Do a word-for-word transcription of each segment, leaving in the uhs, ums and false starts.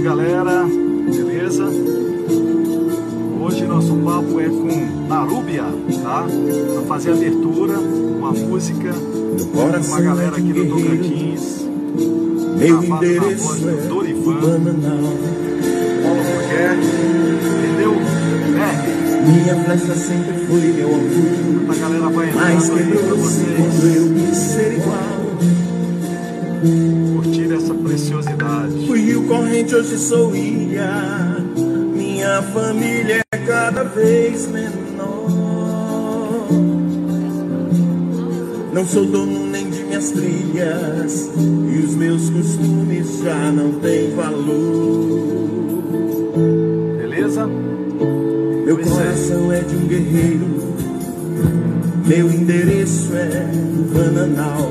galera, beleza? Hoje nosso papo é com Narúbia, tá? Pra fazer a abertura, uma música com uma galera aqui do Tocantins, meu gravado na voz endereço do Dorivan, é Paulo Albuquerque, entendeu? É. Minha flecha sempre foi meu orgulho, A galera vai mas entrando aí pra quebrou-se vocês quando eu quis ser igual. curtir essa preciosidade. Fui rio corrente, hoje sou ilha. Minha família é cada vez menor. Não sou dono nem de minhas trilhas, e os meus costumes já não têm valor. Beleza? Meu Pois coração é. é de um guerreiro, meu endereço é Bananal.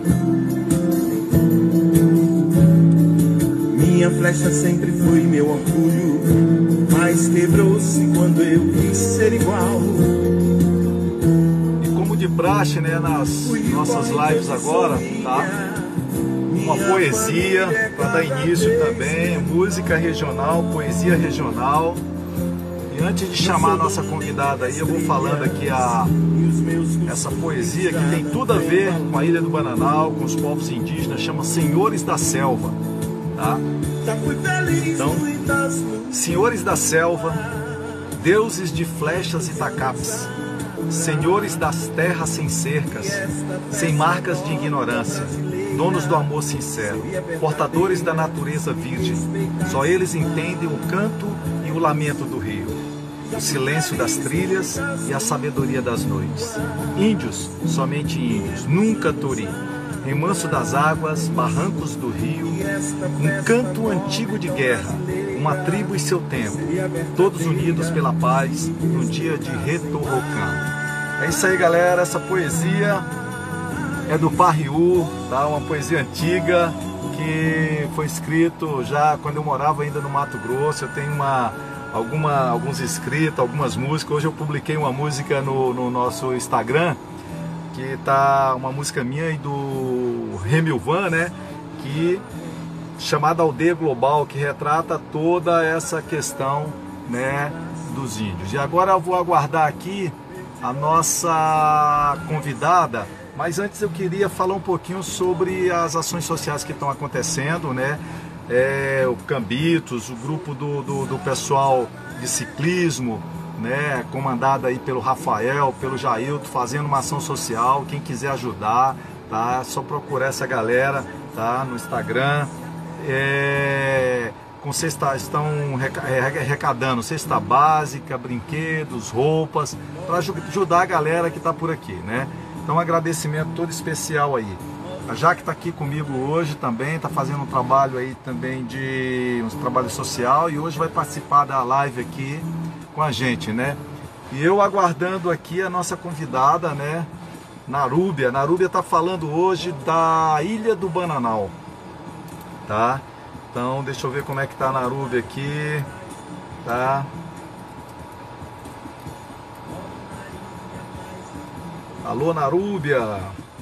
Minha flecha sempre foi meu orgulho, mas quebrou-se quando eu quis ser igual. E como de praxe, né, nas nossas lives agora, tá? Uma poesia para dar início também, música regional, poesia regional. E antes de chamar a nossa convidada aí, eu vou falando aqui a, essa poesia que tem tudo a ver com a Ilha do Bananal, com os povos indígenas, chama Senhores da Selva, tá? Então, senhores da selva, deuses de flechas e tacapes, senhores das terras sem cercas, sem marcas de ignorância, donos do amor sincero, portadores da natureza virgem, só eles entendem o canto e o lamento do rio, o silêncio das trilhas e a sabedoria das noites. Índios, somente índios, nunca tori. Remanso das águas, barrancos do rio, um canto antigo de guerra, uma tribo e seu tempo, todos unidos pela paz, num dia de Retorrocan. É isso aí, galera, essa poesia é do Parriú, tá? Uma poesia antiga que foi escrito já quando eu morava ainda no Mato Grosso. Eu tenho uma, alguma, alguns escritos, algumas músicas. Hoje eu publiquei uma música no, no nosso Instagram, que tá uma música minha e do Remilvan, né, que chamada Aldeia Global, que retrata toda essa questão, né, dos índios. E agora eu vou aguardar aqui a nossa convidada, mas antes eu queria falar um pouquinho sobre as ações sociais que estão acontecendo, né, é, o Cambitos, o grupo do, do, do pessoal de ciclismo, né, comandada aí pelo Rafael, pelo Jailton, fazendo uma ação social. Quem quiser ajudar, tá, é só procurar essa galera, tá, no Instagram. É, com cesta, estão arrecadando cesta básica, brinquedos, roupas, para ajudar a galera que está por aqui, né. Então um agradecimento todo especial aí. A Jaque está aqui comigo hoje também, está fazendo um trabalho aí também de um trabalho social, e hoje vai participar da live aqui com a gente, né? E eu aguardando aqui a nossa convidada, né, Narúbia. Narúbia tá falando hoje da Ilha do Bananal, tá? Então, deixa eu ver como é que tá a Narúbia aqui, tá? Alô, Narúbia.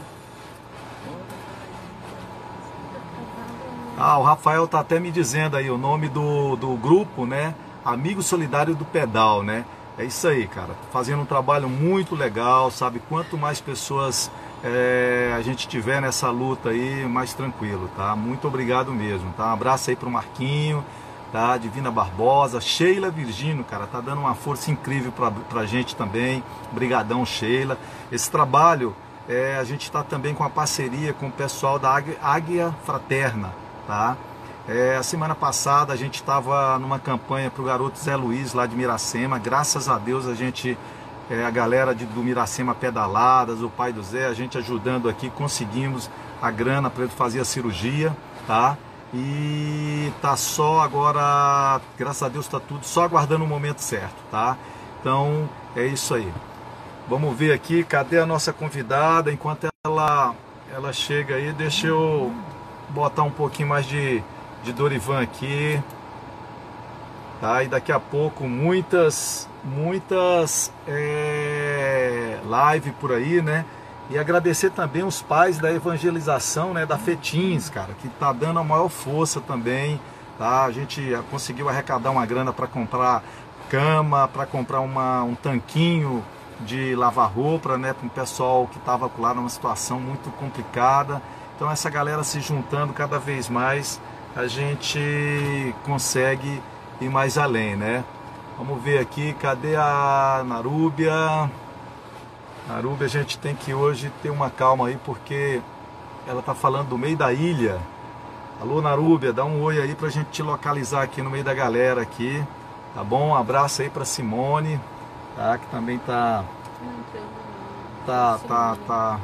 Ah, o Rafael tá até me dizendo aí o nome do, do grupo, né? Amigo Solidário do Pedal, né? É isso aí, cara. Fazendo um trabalho muito legal, sabe? Quanto mais pessoas é, a gente tiver nessa luta aí, mais tranquilo, tá? Muito obrigado mesmo, tá? Um abraço aí pro Marquinho, tá? Divina Barbosa, Sheila Virgínio, cara, tá dando uma força incrível pra, pra gente também. Brigadão, Sheila. Esse trabalho, é, a gente tá também com a parceria com o pessoal da Águia, Águia Fraterna, tá? É, a semana passada a gente estava numa campanha para o garoto Zé Luiz lá de Miracema. Graças a Deus a gente, é, a galera de, do Miracema Pedaladas, o pai do Zé, a gente ajudando aqui, conseguimos a grana para ele fazer a cirurgia, tá? E tá só agora, graças a Deus tá tudo só aguardando o momento certo, tá? Então é isso aí. Vamos ver aqui, cadê a nossa convidada? Enquanto ela, ela chega aí, deixa eu botar um pouquinho mais de de Dorivan aqui, tá? E daqui a pouco muitas, muitas é, live por aí, né? E agradecer também os pais da evangelização, né? Da Fetins, cara, que tá dando a maior força também tá? A gente conseguiu arrecadar uma grana para comprar cama, para comprar uma, um tanquinho de lavar roupa, né, para o pessoal que estava lá numa situação muito complicada. Então essa galera se juntando cada vez mais, a gente consegue ir mais além, né? Vamos ver aqui, cadê a Narúbia? Narúbia, a gente tem que hoje ter uma calma aí, porque ela tá falando do meio da ilha. Alô, Narúbia, dá um oi aí pra gente te localizar aqui no meio da galera aqui, tá bom? Um abraço aí pra Simone, tá? Que também tá... Tá, tá, tá...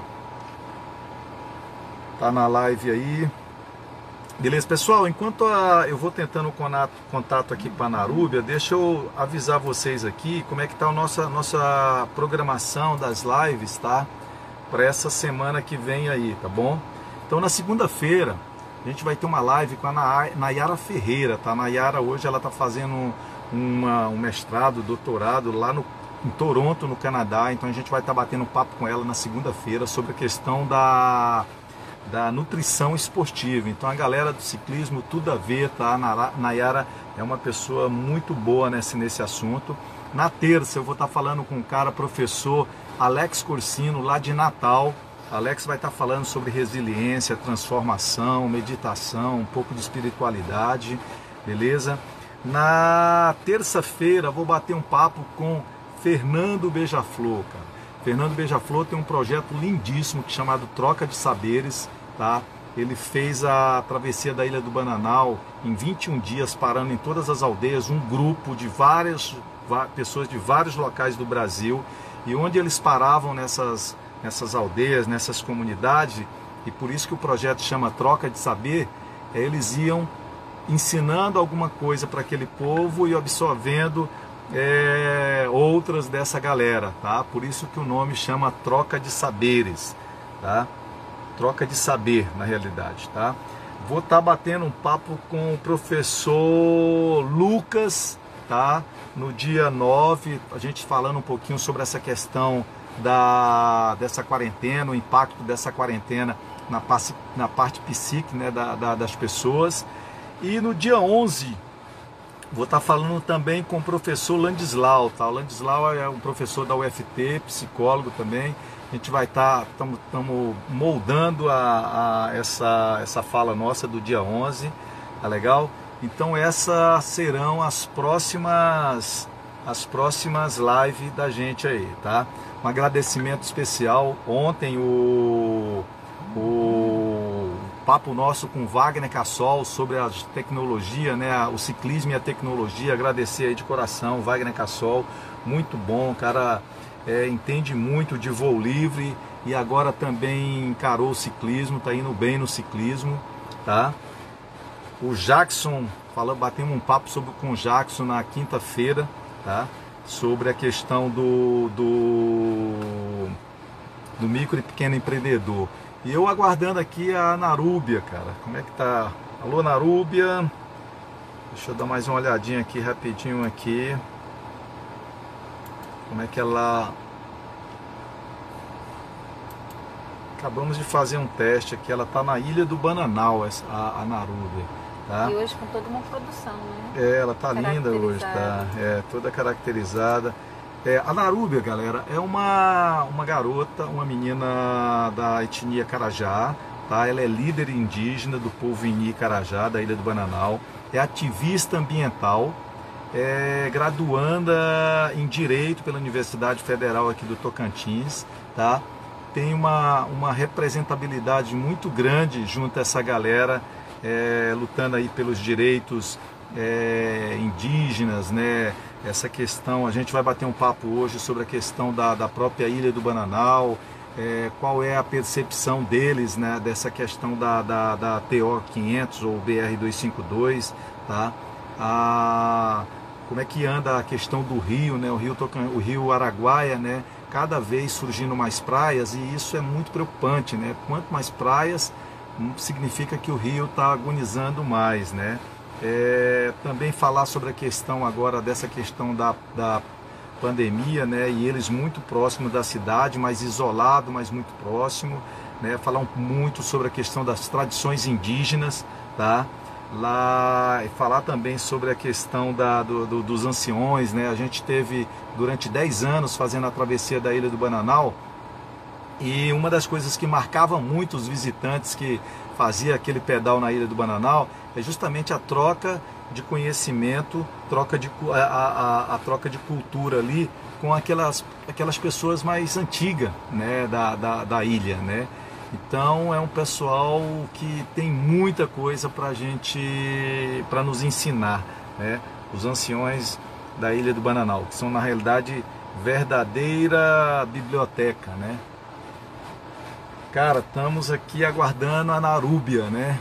Tá na live aí. Beleza, pessoal? Enquanto a, eu vou tentando contato, contato aqui com a Narúbia, deixa eu avisar vocês aqui como é que tá a nossa, nossa programação das lives, tá? Para essa semana que vem aí, tá bom? Então, na segunda-feira, a gente vai ter uma live com a Nayara Ferreira, tá? A Nayara hoje ela tá fazendo uma, um mestrado, doutorado lá no, em Toronto, no Canadá. Então, a gente vai estar tá batendo um papo com ela na segunda-feira sobre a questão da... da nutrição esportiva. Então a galera do ciclismo, tudo a ver, tá? A Nayara é uma pessoa muito boa nesse, nesse assunto. Na terça eu vou estar falando com um cara, professor Alex Corsino, lá de Natal. Alex vai estar falando sobre resiliência, transformação, meditação, um pouco de espiritualidade, beleza? Na terça-feira vou bater um papo com Fernando Beija-Flor, cara. Fernando Beija-Flor tem um projeto lindíssimo chamado Troca de Saberes, tá? Ele fez a travessia da Ilha do Bananal em vinte e um dias, parando em todas as aldeias, um grupo de várias pessoas de vários locais do Brasil, e onde eles paravam nessas, nessas aldeias, nessas comunidades, e por isso que o projeto chama Troca de Saber, eles iam ensinando alguma coisa para aquele povo e absorvendo É, outras dessa galera, tá? Por isso que o nome chama Troca de Saberes, tá? Troca de saber, na realidade, tá? Vou estar tá batendo um papo com o professor Lucas, tá? No dia nove, a gente falando um pouquinho sobre essa questão da, dessa quarentena, o impacto dessa quarentena na, na parte psíquica, né, da, da, das pessoas. E no dia onze, vou estar falando também com o professor Landislau, tá? O Landislau é um professor da U F T, psicólogo também. A gente vai estar, estamos moldando a, a essa, essa fala nossa do dia onze, tá legal? Então essas serão as próximas, as próximas lives da gente aí, tá? Um agradecimento especial. Ontem o... o papo nosso com Wagner Cassol sobre a tecnologia, né, o ciclismo e a tecnologia. Agradecer aí de coração, Wagner Cassol, muito bom, o cara é, entende muito de voo livre e agora também encarou o ciclismo, tá indo bem no ciclismo, tá? O Jackson, falando, batemos um papo sobre, com o Jackson na quinta-feira, tá? Sobre a questão do, do, do micro e pequeno empreendedor. E eu aguardando aqui a Narúbia, cara. Como é que tá? Alô, Narúbia. Deixa eu dar mais uma olhadinha aqui, rapidinho aqui. Como é que ela... Acabamos de fazer um teste aqui. Ela tá na Ilha do Bananal, a, a Narúbia. Tá? E hoje com toda uma produção, né? É, ela tá linda hoje, tá? É, toda caracterizada. É, a Narúbia, galera, é uma, uma garota, uma menina da etnia Carajá, tá? Ela é líder indígena do povo Ini Carajá, da Ilha do Bananal, é ativista ambiental, é graduanda em Direito pela Universidade Federal aqui do Tocantins, tá? Tem uma, uma representabilidade muito grande junto a essa galera, é, lutando aí pelos direitos é, indígenas, né? Essa questão, a gente vai bater um papo hoje sobre a questão da, da própria Ilha do Bananal, é, qual é a percepção deles, né, dessa questão da, da, da T O quinhentos ou B R duzentos e cinquenta e dois, tá? A, como é que anda a questão do rio, né, o rio, Tocan, o rio Araguaia, né, cada vez surgindo mais praias, e isso é muito preocupante, né? Quanto mais praias, significa que o rio está agonizando mais, né? É, também falar sobre a questão agora dessa questão da, da pandemia, né, e eles muito próximos da cidade, mas isolado, mas muito próximo, né, falar um, muito sobre a questão das tradições indígenas, tá? lá e falar também sobre a questão da, do, do, dos anciões, né? A gente teve durante dez anos fazendo a travessia da Ilha do Bananal, e uma das coisas que marcava muito os visitantes que fazia aquele pedal na Ilha do Bananal é justamente a troca de conhecimento, troca de, a, a, a troca de cultura ali com aquelas, aquelas pessoas mais antigas, né, da, da, da ilha, né? Então é um pessoal que tem muita coisa para a gente, para nos ensinar, né? Os anciões da Ilha do Bananal, que são na realidade verdadeira biblioteca, né? Cara, estamos aqui aguardando a Narúbia, né?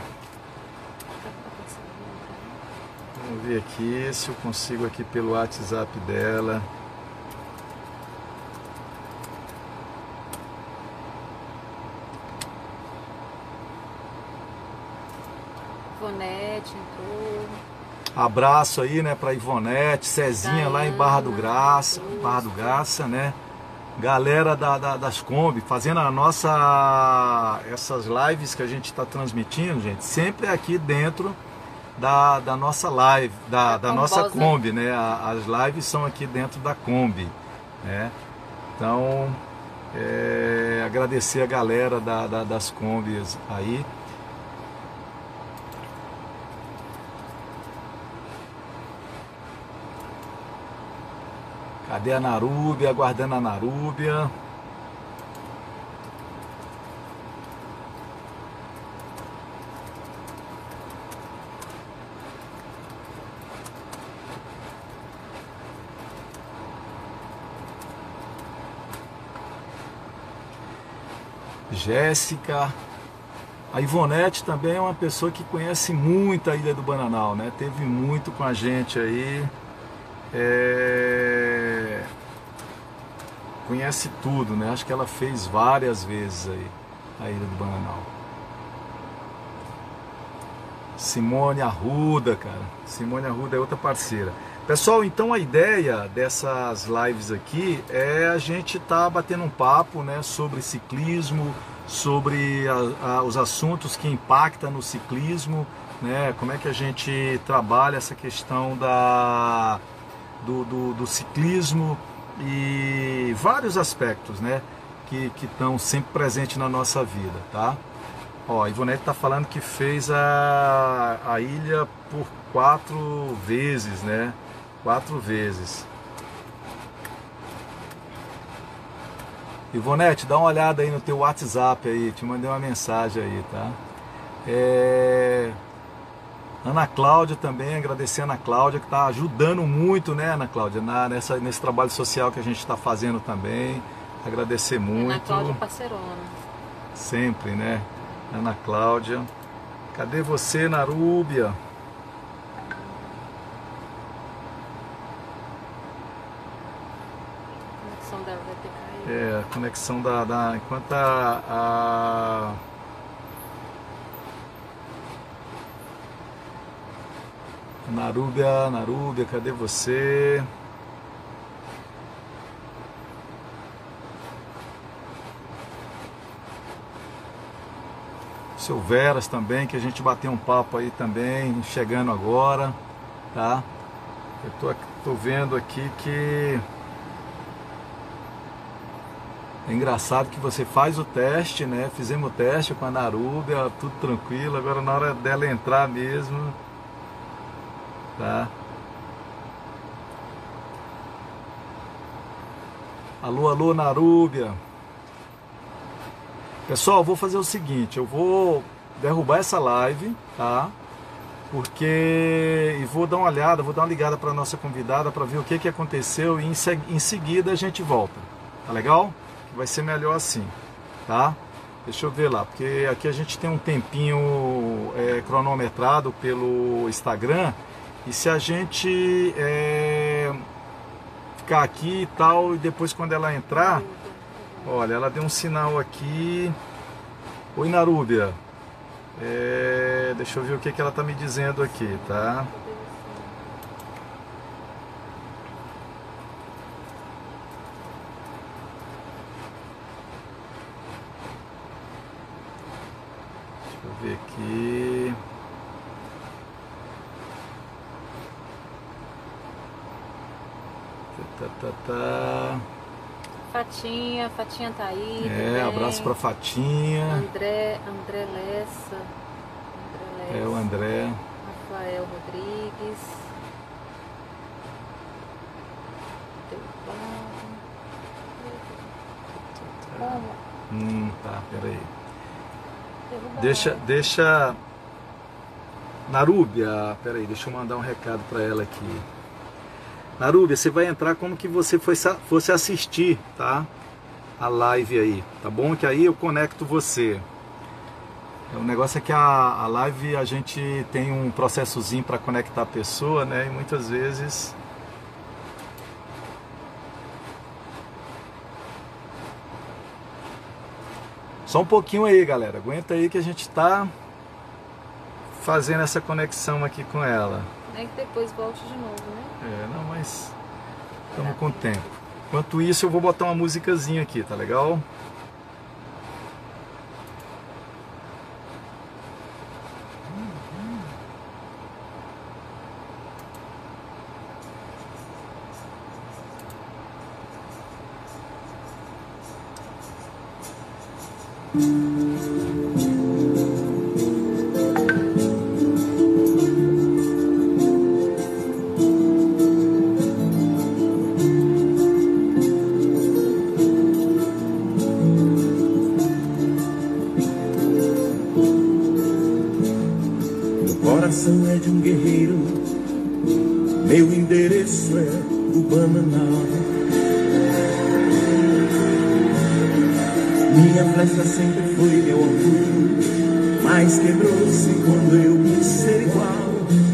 Vamos ver aqui se eu consigo aqui pelo WhatsApp dela. Ivonete entrou. Abraço aí, né, pra Ivonete, Cezinha Daiana, lá em Barra do Graça, Barra do Graça, né? Galera da, da, das Kombi, fazendo a nossa, essas lives que a gente está transmitindo, gente, sempre aqui dentro da, da nossa live, da, da nossa Kombi, né? As lives são aqui dentro da Kombi, né? Então, é, agradecer a galera da, da, das Kombis aí. Cadê a Narúbia? Aguardando a Narúbia. Jéssica. A Ivonete também é uma pessoa que conhece muito a Ilha do Bananal, né? Teve muito com a gente aí. É... Conhece tudo, né? Acho que ela fez várias vezes aí a Ilha do Bananal. Simone Arruda, cara. Simone Arruda é outra parceira. Pessoal, então a ideia dessas lives aqui é a gente tá batendo um papo, né, sobre ciclismo, sobre a, a, os assuntos que impactam no ciclismo, né? Como é que a gente trabalha essa questão da Do, do, do ciclismo e vários aspectos, né, que estão sempre presentes na nossa vida, tá? Ó, a Ivonete tá falando que fez a, a ilha por quatro vezes, né? Quatro vezes. Ivonete, dá uma olhada aí no teu WhatsApp aí, te mandei uma mensagem aí, tá? É... Ana Cláudia também, agradecer a Ana Cláudia, que está ajudando muito, né, Ana Cláudia, na, nessa, nesse trabalho social que a gente está fazendo também. Agradecer muito. Ana Cláudia parceirona. Sempre, né? Ana Cláudia. Cadê você, Narúbia? A conexão dela vai ter caído. É, a conexão da... da enquanto a... a Narúbia, Narúbia, cadê você? Seu Veras também, que a gente bateu um papo aí também, chegando agora, tá? Eu tô, tô vendo aqui que é engraçado que você faz o teste, né? Fizemos o teste com a Narúbia, tudo tranquilo, agora na hora dela entrar mesmo... Tá? Alô, alô, Narúbia. Pessoal, eu vou fazer o seguinte, eu vou derrubar essa live, tá? Porque e vou dar uma olhada, vou dar uma ligada para nossa convidada para ver o que que aconteceu e em, em seguida a gente volta. Tá legal? Vai ser melhor assim, tá? Deixa eu ver lá, porque aqui a gente tem um tempinho é, cronometrado pelo Instagram. E se a gente é, ficar aqui e tal, e depois quando ela entrar, olha, ela deu um sinal aqui. Oi, Narúbia. É, deixa eu ver o que, que ela tá me dizendo aqui, tá? Deixa eu ver aqui. tá, tá. Fatinha, Fatinha tá aí. É, também. abraço pra Fatinha. André, André Lessa. André Lessa. É, o André. Rafael Rodrigues. Hum, tá, peraí. Deixa, deixa... Narúbia, peraí, deixa eu mandar um recado pra ela aqui. Narúbia, você vai entrar como que você fosse assistir, tá? A live aí, tá bom? Que aí eu conecto você. O negócio é que a, a live a gente tem um processozinho para conectar a pessoa, né? E muitas vezes... Só um pouquinho aí, galera. Aguenta aí que a gente tá fazendo essa conexão aqui com ela. É que depois volte de novo, né? É, não, mas estamos com tempo. Enquanto isso, eu vou botar uma musicazinha aqui, tá legal? Coração é de um guerreiro, meu endereço é o Bananal. Minha flecha sempre foi meu orgulho, mas quebrou-se quando eu quis ser igual.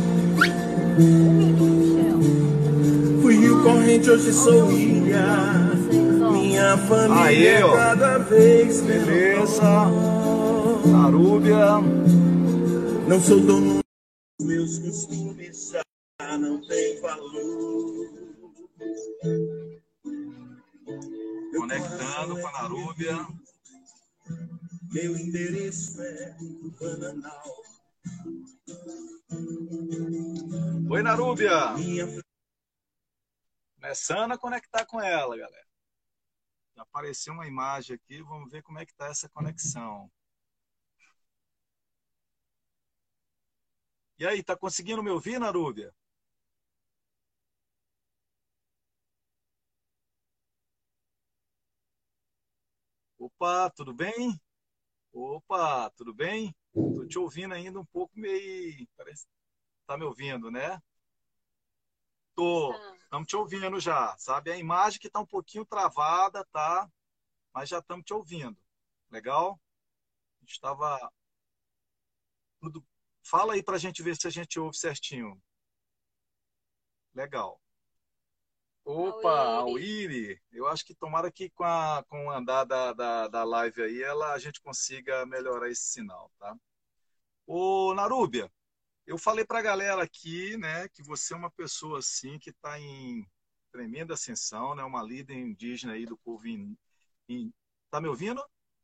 Fui rio corrente, hoje sou ilha, minha família Aê, ó. cada vez menor. Beleza, Narúbia. Não sou dono dos meus costumes, já não tem valor. Conectando com a Narúbia. Meu endereço é o Bananal. Oi, Narúbia. Minha... Começando a conectar com ela, galera. Já apareceu uma imagem aqui, vamos ver como é que tá essa conexão. E aí, tá conseguindo me ouvir, Narúbia? Opa, tudo bem? Opa, tudo bem? Tô te ouvindo ainda um pouco meio... Parece... Tá me ouvindo, né? Tô. Estamos te ouvindo já, sabe? A imagem que tá um pouquinho travada, tá? Mas já estamos te ouvindo. Legal? A gente tava... Tudo... Fala aí pra gente ver se a gente ouve certinho. Legal. Opa, a Willy, eu acho que tomara que com, a, com o andar da, da, da live aí, ela, a gente consiga melhorar esse sinal, tá? Ô, Narúbia, eu falei pra galera aqui, né, que você é uma pessoa, assim, que está em tremenda ascensão, né, uma líder indígena aí do povo in, in... Tá me ouvindo?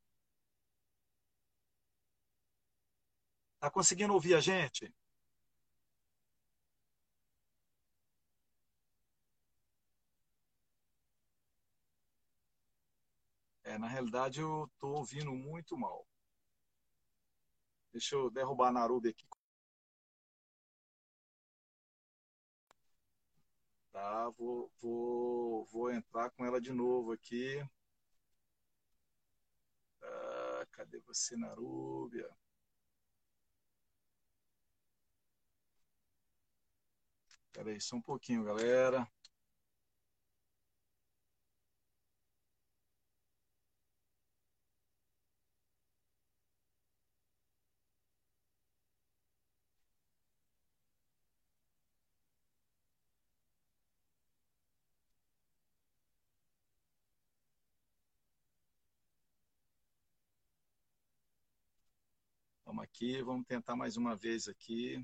Tá conseguindo ouvir a gente? É, na realidade eu tô ouvindo muito mal. Deixa eu derrubar a Narúbia aqui. Tá, vou, vou, vou entrar com ela de novo aqui. Ah, cadê você, Narúbia? Espera aí, só um pouquinho, galera. Vamos aqui, vamos tentar mais uma vez aqui.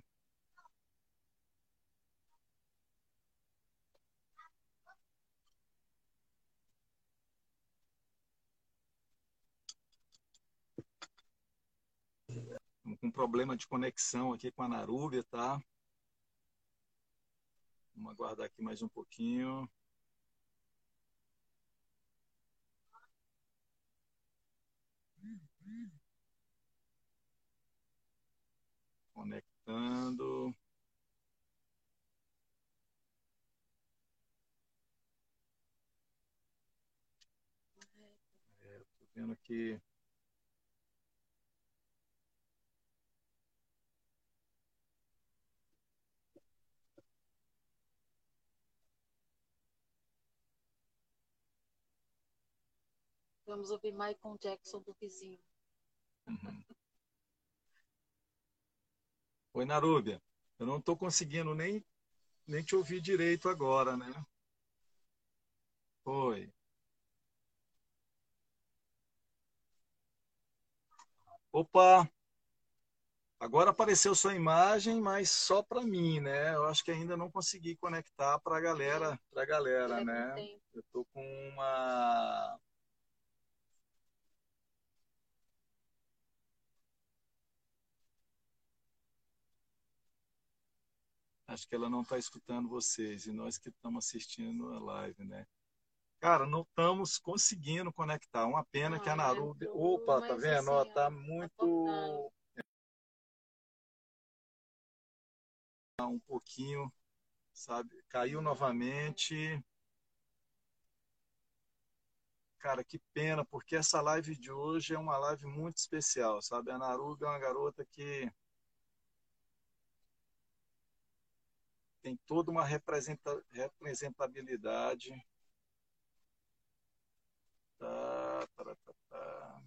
Estamos com um problema de conexão aqui com a Narúbia, tá? Vamos aguardar aqui mais um pouquinho. Conectando. É, tô vendo aqui. Vamos ouvir Michael Jackson do vizinho. Uhum. Oi, Narúbia. Eu não estou conseguindo nem, nem te ouvir direito agora, né? Oi. Opa! Agora apareceu sua imagem, mas só para mim, né? Eu acho que ainda não consegui conectar para a galera, para galera, É com né? tempo. Eu tô com uma. Acho que ela não está escutando vocês e nós que estamos assistindo a live, né? Cara, não estamos conseguindo conectar. Uma pena que a Ah, ela Narubi. entrou, Opa, tá mas vendo? assim, Ó, ó, tá tá cortando. muito. Um pouquinho, sabe? Caiu novamente. Cara, que pena, porque essa live de hoje é uma live muito especial, sabe? A Narubi é uma garota que tem toda uma representa... representabilidade. Tá, tá, tá, tá.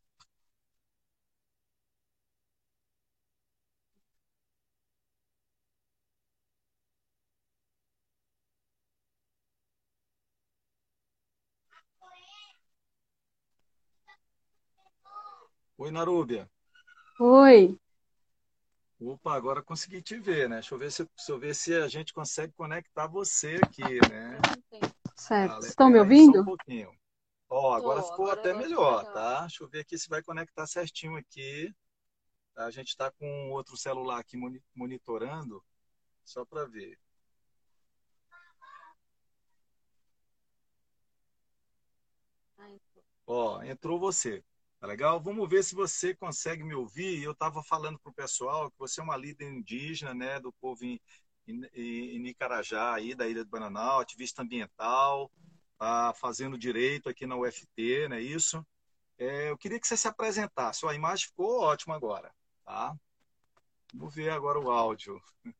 Oi, Narúbia. Oi, Opa, agora consegui te ver, né? Deixa eu ver se, deixa eu ver se a gente consegue conectar você aqui, né? Tá com tempo. certo. Vale, Estão me pera aí só um ouvindo? pouquinho. Ó, agora Tô, ficou agora, até agora tá melhor, legal. tá? Deixa eu ver aqui se vai conectar certinho aqui. A gente está com outro celular aqui moni- monitorando, só para ver. Ah, entrou. Ó, entrou você. Tá legal? Vamos ver se você consegue me ouvir. Eu estava falando para o pessoal que você é uma líder indígena, né, do povo em, em, em Icarajá, aí, da Ilha do Bananal, ativista ambiental, tá fazendo direito aqui na U F T, não é isso? É, eu queria que você se apresentasse. Sua imagem ficou ótima agora, tá? Vamos ver agora o áudio.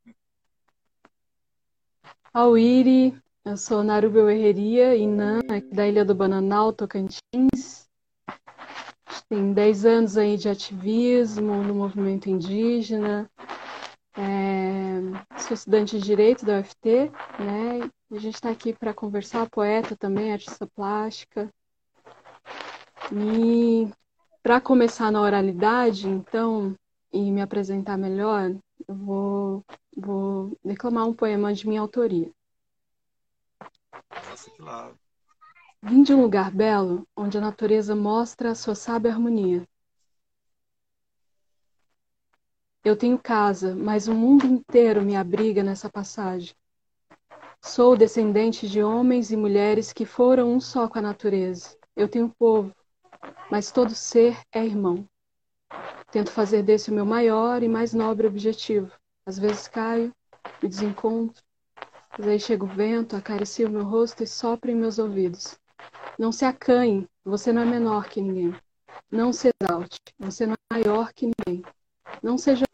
Auíri, eu sou Narubel Herreria, Inã, aqui da Ilha do Bananal, Tocantins. Tem dez anos aí de ativismo no movimento indígena. É, sou estudante de Direito da U F T, né? E a gente está aqui para conversar, poeta também, artista plástica. E para começar na oralidade, então, e me apresentar melhor, eu vou, vou declamar um poema de minha autoria. Nossa, que lá. Vim de um lugar belo, onde a natureza mostra a sua sábia harmonia. Eu tenho casa, mas o mundo inteiro me abriga nessa passagem. Sou descendente de homens e mulheres que foram um só com a natureza. Eu tenho povo, mas todo ser é irmão. Tento fazer desse o meu maior e mais nobre objetivo. Às vezes caio, me desencontro, mas aí chega o vento, acaricia o meu rosto e sopra em meus ouvidos. Não se acanhe, você não é menor que ninguém. Não se exalte, você não é maior que ninguém. Não seja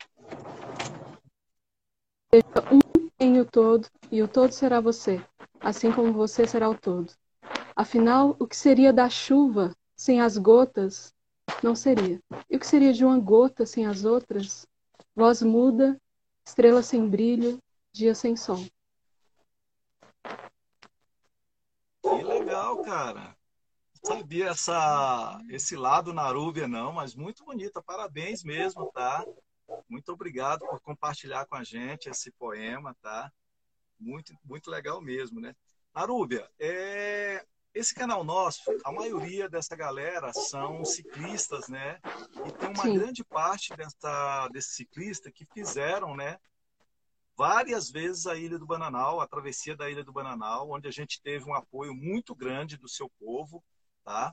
um em o todo, e o todo será você, assim como você será o todo. Afinal, o que seria da chuva sem as gotas? Não seria. E o que seria de uma gota sem as outras? Voz muda, estrela sem brilho, dia sem sol. Que legal, cara. Sabia essa, esse lado Narúbia, não, mas muito bonita. Parabéns mesmo, tá? Muito obrigado por compartilhar com a gente esse poema, tá? Muito, muito legal mesmo, né? Narúbia, é, esse canal nosso, a maioria dessa galera são ciclistas, né? E tem uma Sim, grande parte dessa, desses ciclistas que fizeram, né? Várias vezes a Ilha do Bananal, a travessia da Ilha do Bananal, onde a gente teve um apoio muito grande do seu povo, tá?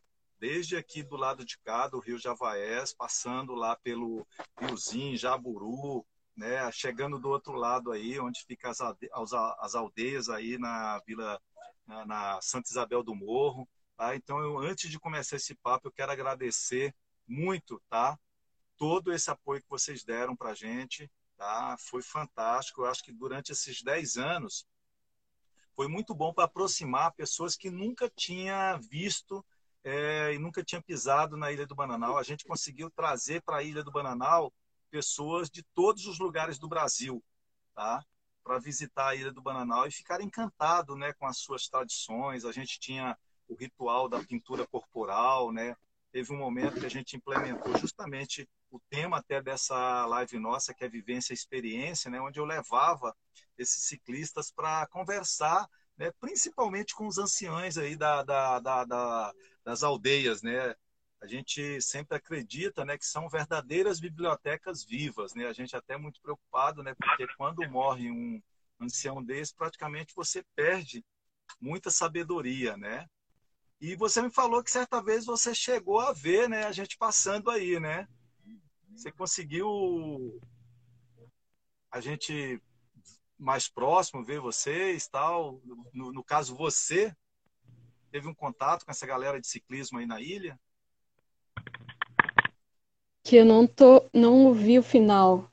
desde aqui do lado de cá, do Rio Javaés, passando lá pelo Riozinho, Jaburu, né, chegando do outro lado aí, onde fica as, as aldeias aí na Vila, na, na Santa Isabel do Morro. Tá? Então, eu, antes de começar esse papo, eu quero agradecer muito, tá? Todo esse apoio que vocês deram para a gente, tá? Foi fantástico. Eu acho que durante esses dez anos foi muito bom para aproximar pessoas que nunca tinha visto é, e nunca tinha pisado na Ilha do Bananal. A gente conseguiu trazer para a Ilha do Bananal pessoas de todos os lugares do Brasil, tá? Para visitar a Ilha do Bananal e ficar encantado, né, com as suas tradições. A gente tinha o ritual da pintura corporal, né? Teve um momento que a gente implementou justamente o tema até dessa live nossa, que é Vivência e Experiência, né? Onde eu levava esses ciclistas para conversar, né? Principalmente com os anciãos aí da, da, da, da, das aldeias, né? A gente sempre acredita, né, que são verdadeiras bibliotecas vivas, né? A gente é até muito preocupado, né? Porque quando morre um ancião desse, praticamente você perde muita sabedoria, né? E você me falou que certa vez você chegou a ver, né, a gente passando aí, né? Você conseguiu a gente mais próximo ver vocês, tal. No, no caso, você teve um contato com essa galera de ciclismo aí na ilha? Que eu não tô, não ouvi o final.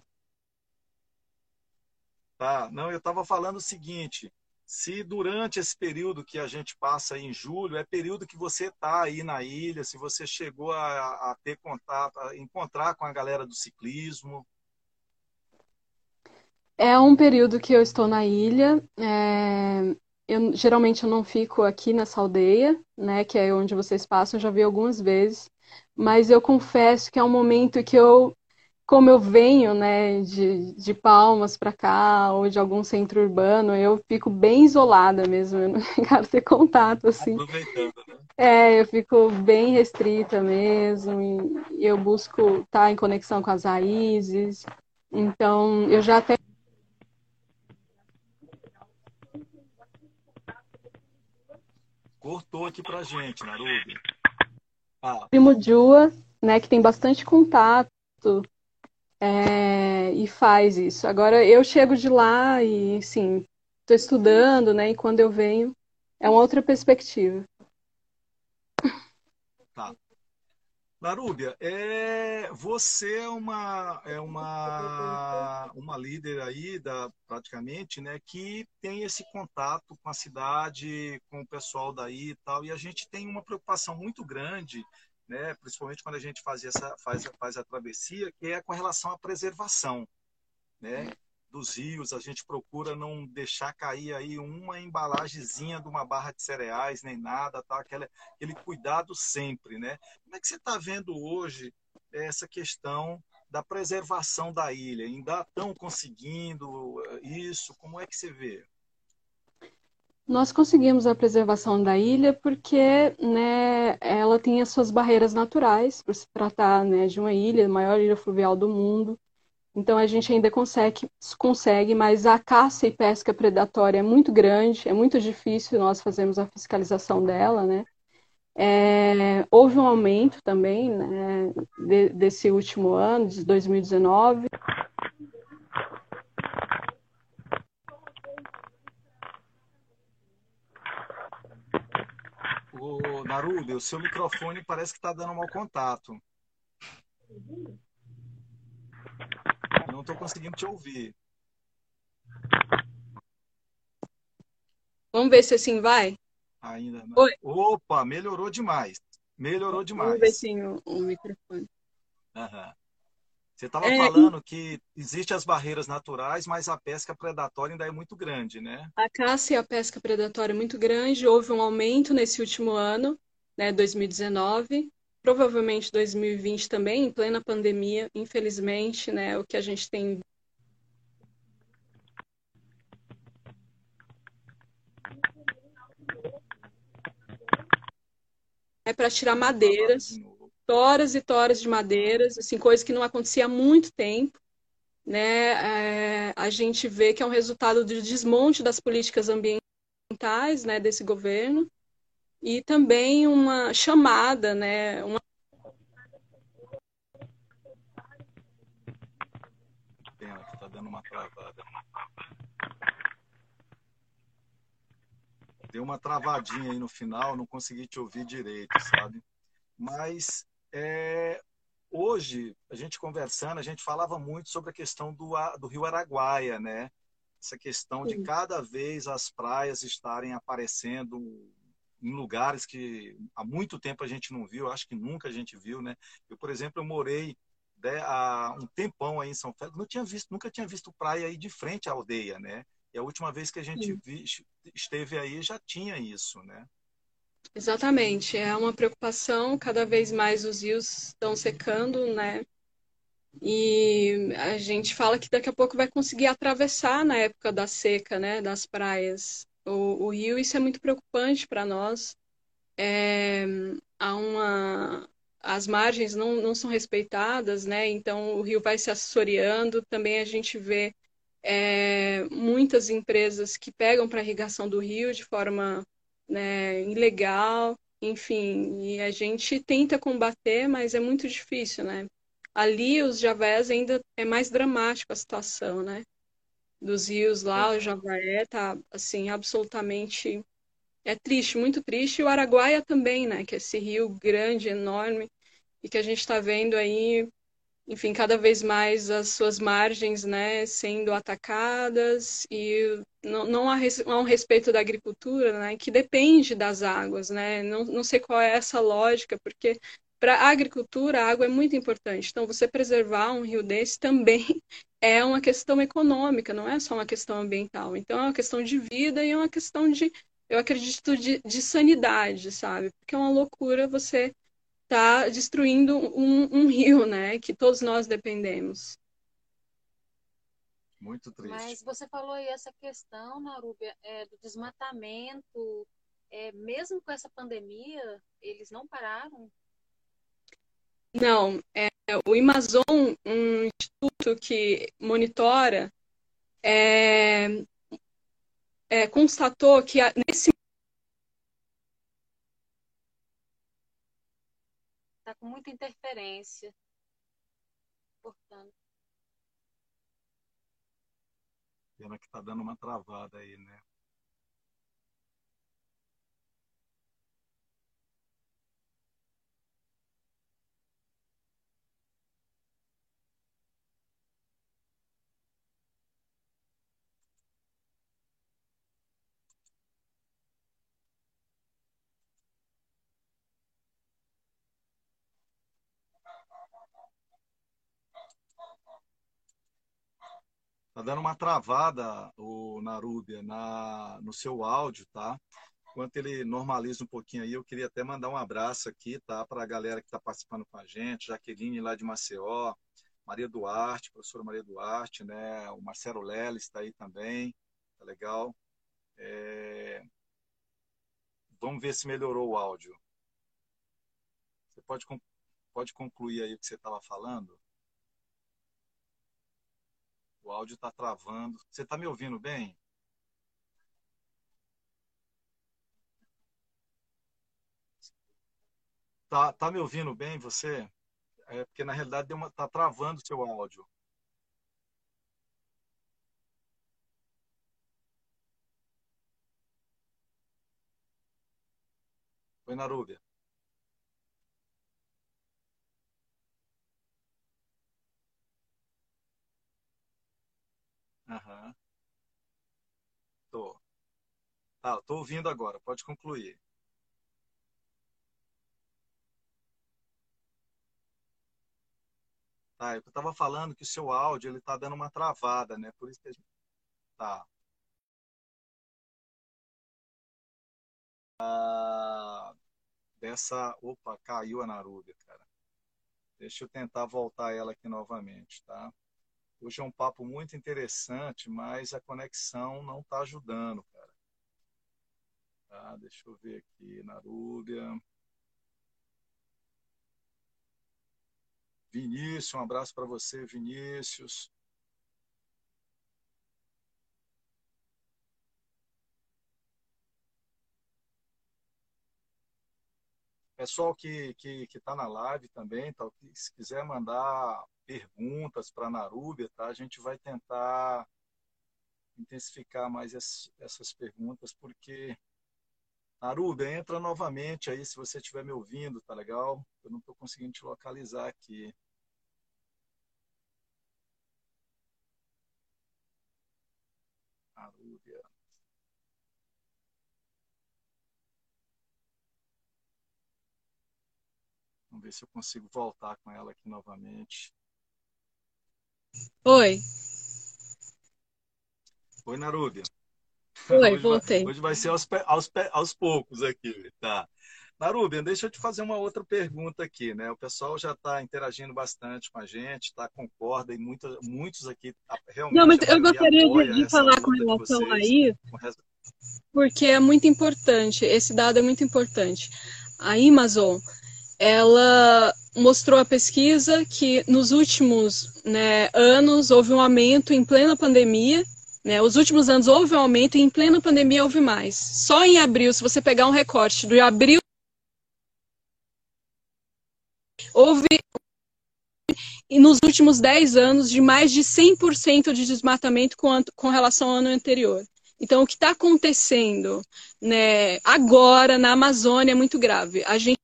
Tá, não, eu estava falando o seguinte, se durante esse período que a gente passa aí em julho, é período que você está aí na ilha, se você chegou a, a ter contato, a encontrar com a galera do ciclismo. É um período que eu estou na ilha. É, eu, geralmente eu não fico aqui nessa aldeia, né, que é onde vocês passam, eu já vi algumas vezes, mas eu confesso que é um momento que eu, como eu venho, né, de, de Palmas para cá, ou de algum centro urbano, eu fico bem isolada mesmo, eu não quero ter contato, assim. Aproveitando, né? É, eu fico bem restrita mesmo, e eu busco estar em conexão com as raízes, então eu já até Cortou aqui pra gente, Narubi. Ah, primo Jua, né, que tem bastante contato, é, e faz isso. Agora eu chego de lá e, sim, estou estudando, né, e quando eu venho é uma outra perspectiva. tá. Narúbia, é, você é uma, é uma, uma líder aí, da, praticamente, né, que tem esse contato com a cidade, com o pessoal daí e tal, e a gente tem uma preocupação muito grande, né, principalmente quando a gente faz, essa, faz, faz a travessia, que é com relação à preservação, né, dos rios. A gente procura não deixar cair aí uma embalagenzinha de uma barra de cereais, nem nada, tá? Aquela, aquele cuidado sempre, né? Como é que você está vendo hoje essa questão da preservação da ilha? Ainda estão conseguindo isso? Como é que você vê? Nós conseguimos a preservação da ilha porque, né, ela tem as suas barreiras naturais, por se tratar, né, de uma ilha, a maior ilha fluvial do mundo. Então a gente ainda consegue, consegue, mas a caça e pesca predatória é muito grande, é muito difícil nós fazermos a fiscalização dela, né? É, houve um aumento também, né, de, desse último ano, de dois mil e dezenove. Ô, Narubi, o seu microfone parece que está dando mau contato. Não estou conseguindo te ouvir. Vamos ver se assim vai? Ainda não. Oi. Opa, melhorou demais. Melhorou Vamos ver demais. se o, o microfone. Aham. Você estava É, falando que existem as barreiras naturais, mas a pesca predatória ainda é muito grande, né? a caça e a pesca predatória é muito grande, houve um aumento nesse último ano, né, dois mil e dezenove, provavelmente dois mil e vinte também, em plena pandemia, infelizmente, né, o que a gente tem é para tirar madeiras, toras e toras de madeiras, assim, coisa que não acontecia há muito tempo, né? É, a gente vê que é um resultado do desmonte das políticas ambientais, né, desse governo. e também uma chamada, né? Uma... Pena que tá dando uma travada. Deu uma travadinha aí no final, não consegui te ouvir direito, sabe? Mas é, hoje, a gente conversando, a gente falava muito sobre a questão do, a- do Rio Araguaia, né? Essa questão de cada vez as praias estarem aparecendo em lugares que há muito tempo a gente não viu, acho que nunca a gente viu, né? Eu, por exemplo, eu morei, né, há um tempão aí em São Félix, não tinha visto, nunca tinha visto praia aí de frente à aldeia, né? E a última vez que a gente vi, esteve aí já tinha isso, né? Exatamente, é uma preocupação, cada vez mais os rios estão secando, né? E a gente fala que daqui a pouco vai conseguir atravessar na época da seca, né, das praias. O, o rio, isso é muito preocupante para nós. É, há uma, as margens não, não são respeitadas, né? Então o rio vai se assoreando. Também a gente vê é, muitas empresas que pegam para irrigação do rio de forma, né, ilegal, enfim, e a gente tenta combater, mas é muito difícil, né? Ali os Javés ainda é mais dramático a situação, né? Dos rios lá, o Aham. Javaé tá assim absolutamente é triste, muito triste. E o Araguaia também, né? Que é esse rio grande, enorme, e que a gente está vendo aí, enfim, cada vez mais as suas margens, né, sendo atacadas e não, não há, res, não há um respeito da agricultura, né, que depende das águas, né? Não, não sei qual é essa lógica, porque para a agricultura a água é muito importante. Então, você preservar um rio desse também é uma questão econômica, não é só uma questão ambiental. Então, é uma questão de vida e é uma questão de, eu acredito, de, de sanidade, sabe? Porque é uma loucura você tá destruindo um, um rio, né? Que todos nós dependemos. Muito triste. Mas você falou aí essa questão, Narúbia, é, do desmatamento, é, mesmo com essa pandemia, eles não pararam? Não, é, o Amazon, um instituto que monitora, é, é, constatou que a, nesse Está com muita interferência, portanto. Pena que tá dando uma travada aí, né? Tá dando uma travada, o Narúbia, na, no seu áudio, tá? Enquanto ele normaliza um pouquinho aí, eu queria até mandar um abraço aqui, tá? Para a galera que está participando com a gente, Jaqueline lá de Maceió, Maria Duarte, professora Maria Duarte, né? O Marcelo Leles está aí também, tá legal. É, vamos ver se melhorou o áudio. Você pode, pode concluir aí o que você estava falando? O áudio está travando. Você está me ouvindo bem? Tá, tá me ouvindo bem você? É porque na realidade deu uma, tá travando o seu áudio. Oi, Narúbia. Aham, tô. Tá, tô ouvindo agora. Pode concluir. Tá, eu tava falando que o seu áudio ele tá dando uma travada, né? Por isso que a gente tá. Ah, dessa, opa, caiu a Narúbia, cara. Deixa eu tentar voltar ela aqui novamente, tá? Hoje é um papo muito interessante, mas a conexão não tá ajudando, cara. Tá, deixa eu ver aqui, Narúbia. Vinícius, um abraço para você, Vinícius. pessoal que que que está na live também, tá, se quiser mandar perguntas para a Narúbia, tá? A gente vai tentar intensificar mais es, essas perguntas, porque Narúbia, entra novamente aí se você estiver me ouvindo, tá legal? Eu não estou conseguindo te localizar aqui. Narúbia. Vamos ver se eu consigo voltar com ela aqui novamente. Oi. Oi, Narúbia. Oi, Hoje vai, voltei. hoje vai ser aos, aos, aos poucos aqui, tá? Narúbia, deixa eu te fazer uma outra pergunta aqui, né? O pessoal já está interagindo bastante com a gente, tá? Concorda e muita, muitos aqui, Não, mas realmente a eu maioria gostaria de, apoia de essa falar com luta de relação a vocês. isso, Com res- porque é muito importante, esse dado é muito importante. A Amazon, ela mostrou a pesquisa que nos últimos, né, anos houve um aumento em plena pandemia, né, os últimos anos houve um aumento e em plena pandemia houve mais. Só em abril, se você pegar um recorte de abril, houve e nos últimos dez anos de mais de cem por cento de desmatamento com, com relação ao ano anterior. Então, o que está acontecendo, né, agora na Amazônia é muito grave. A gente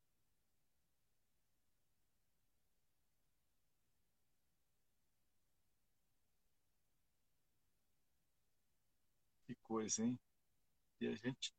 Que coisa, hein? E a gente.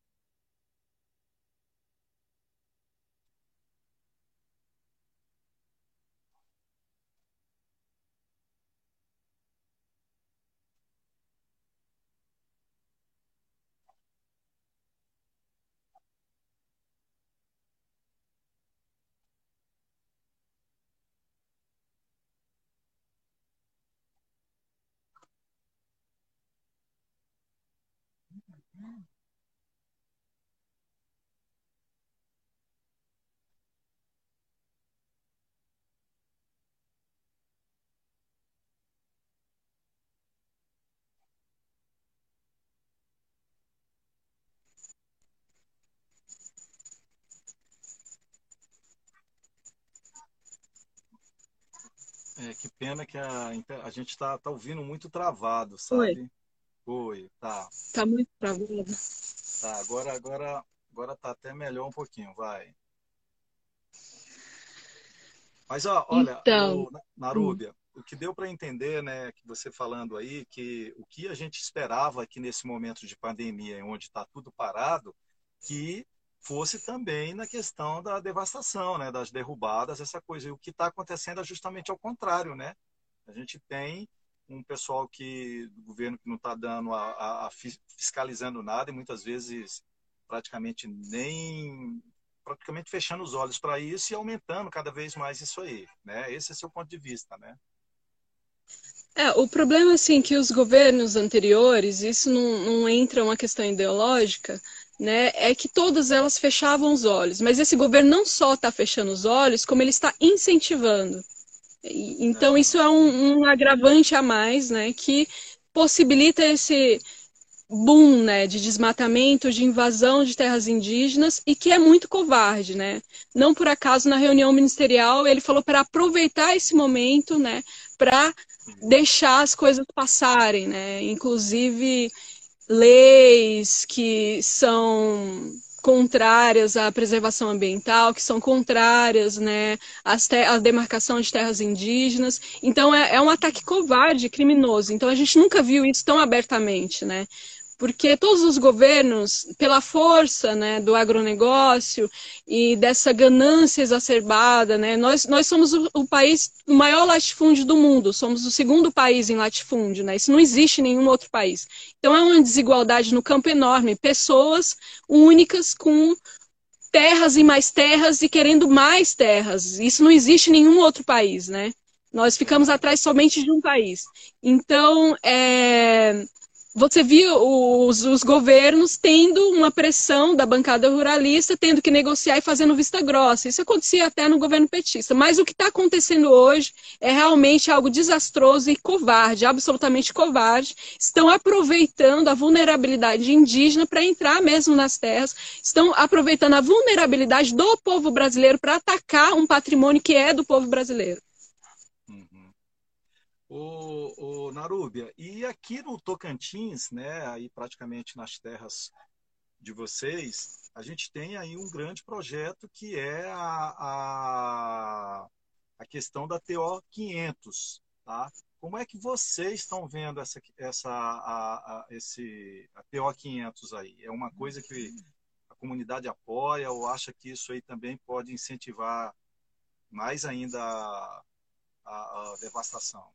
É, que pena que a, a gente está tá ouvindo muito travado, Oi, sabe? Oi, tá. tá muito travado. Tá, agora, agora, agora tá até melhor um pouquinho, vai. Mas ó, olha, Então, o Narúbia, o que deu para entender, né, que você falando aí, que o que a gente esperava aqui nesse momento de pandemia, onde está tudo parado, que fosse também na questão da devastação, né, das derrubadas, essa coisa. E o que está acontecendo é justamente ao contrário, né? A gente tem um pessoal que do governo que não está dando a, a, a fiscalizando nada e muitas vezes praticamente nem praticamente fechando os olhos para isso e aumentando cada vez mais isso aí, né? Esse é seu ponto de vista, né? é, o problema assim que os governos anteriores, isso não, não entra uma questão ideológica, né? É que todas elas fechavam os olhos. Mas esse governo não só está fechando os olhos, como ele está incentivando. E, então Não, isso não. é um, um agravante a mais, né? Que possibilita esse boom, né, de desmatamento, de invasão de terras indígenas e que é muito covarde, né? Não por acaso na reunião ministerial ele falou para aproveitar esse momento, né, para deixar as coisas passarem, né? Inclusive leis que são contrárias à preservação ambiental, que são contrárias, né, à demarcação de terras indígenas. Então é, é um ataque covarde, criminoso. Então a gente nunca viu isso tão abertamente, né? Porque todos os governos, pela força, né, do agronegócio e dessa ganância exacerbada, né, nós, nós somos o, o país, o maior latifúndio do mundo, somos o segundo país em latifúndio, né, isso não existe em nenhum outro país. Então é uma desigualdade no campo enorme, pessoas únicas com terras e mais terras e querendo mais terras, isso não existe em nenhum outro país, né. Nós ficamos Verdade. atrás somente de um país. Então, é... você viu os, os governos tendo uma pressão da bancada ruralista, tendo que negociar e fazendo vista grossa. Isso acontecia até no governo petista. Mas o que está acontecendo hoje é realmente algo desastroso e covarde, absolutamente covarde. Estão aproveitando a vulnerabilidade indígena para entrar mesmo nas terras, estão aproveitando a vulnerabilidade do povo brasileiro para atacar um patrimônio que é do povo brasileiro. O, o Narúbia, e aqui no Tocantins, né, aí praticamente nas terras de vocês, a gente tem aí um grande projeto que é a, a, a questão da T O quinhentos, tá? Como é que vocês estão vendo essa, essa, a, a, esse, a T O quinhentos aí? É uma coisa que a comunidade apoia ou acha que isso aí também pode incentivar mais ainda a, a, a devastação?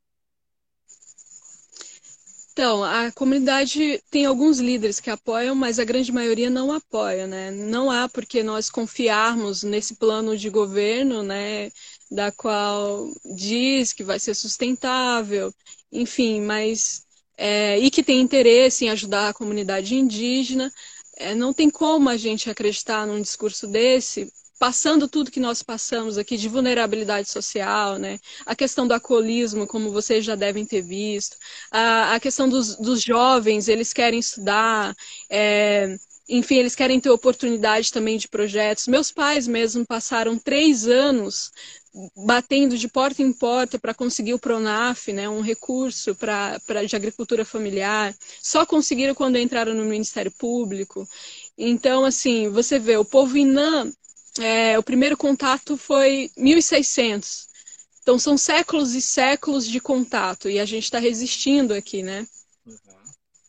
Então, a comunidade tem alguns líderes que apoiam, mas a grande maioria não apoia, né? Não há por que nós confiarmos nesse plano de governo, né, da qual diz que vai ser sustentável, enfim, mas é, e que tem interesse em ajudar a comunidade indígena. É, não tem como a gente acreditar num discurso desse, passando tudo que nós passamos aqui de vulnerabilidade social, né? A questão do alcoolismo, como vocês já devem ter visto, a, a questão dos, dos jovens, eles querem estudar, é, enfim, eles querem ter oportunidade também de projetos. Meus pais mesmo passaram três anos batendo de porta em porta para conseguir o Pronaf, né, um recurso pra, pra, de agricultura familiar. Só conseguiram quando entraram no Ministério Público. Então, assim, você vê, o povo Inã, é, o primeiro contato foi mil e seiscentos. Então, são séculos e séculos de contato. E a gente está resistindo aqui, né? Uhum.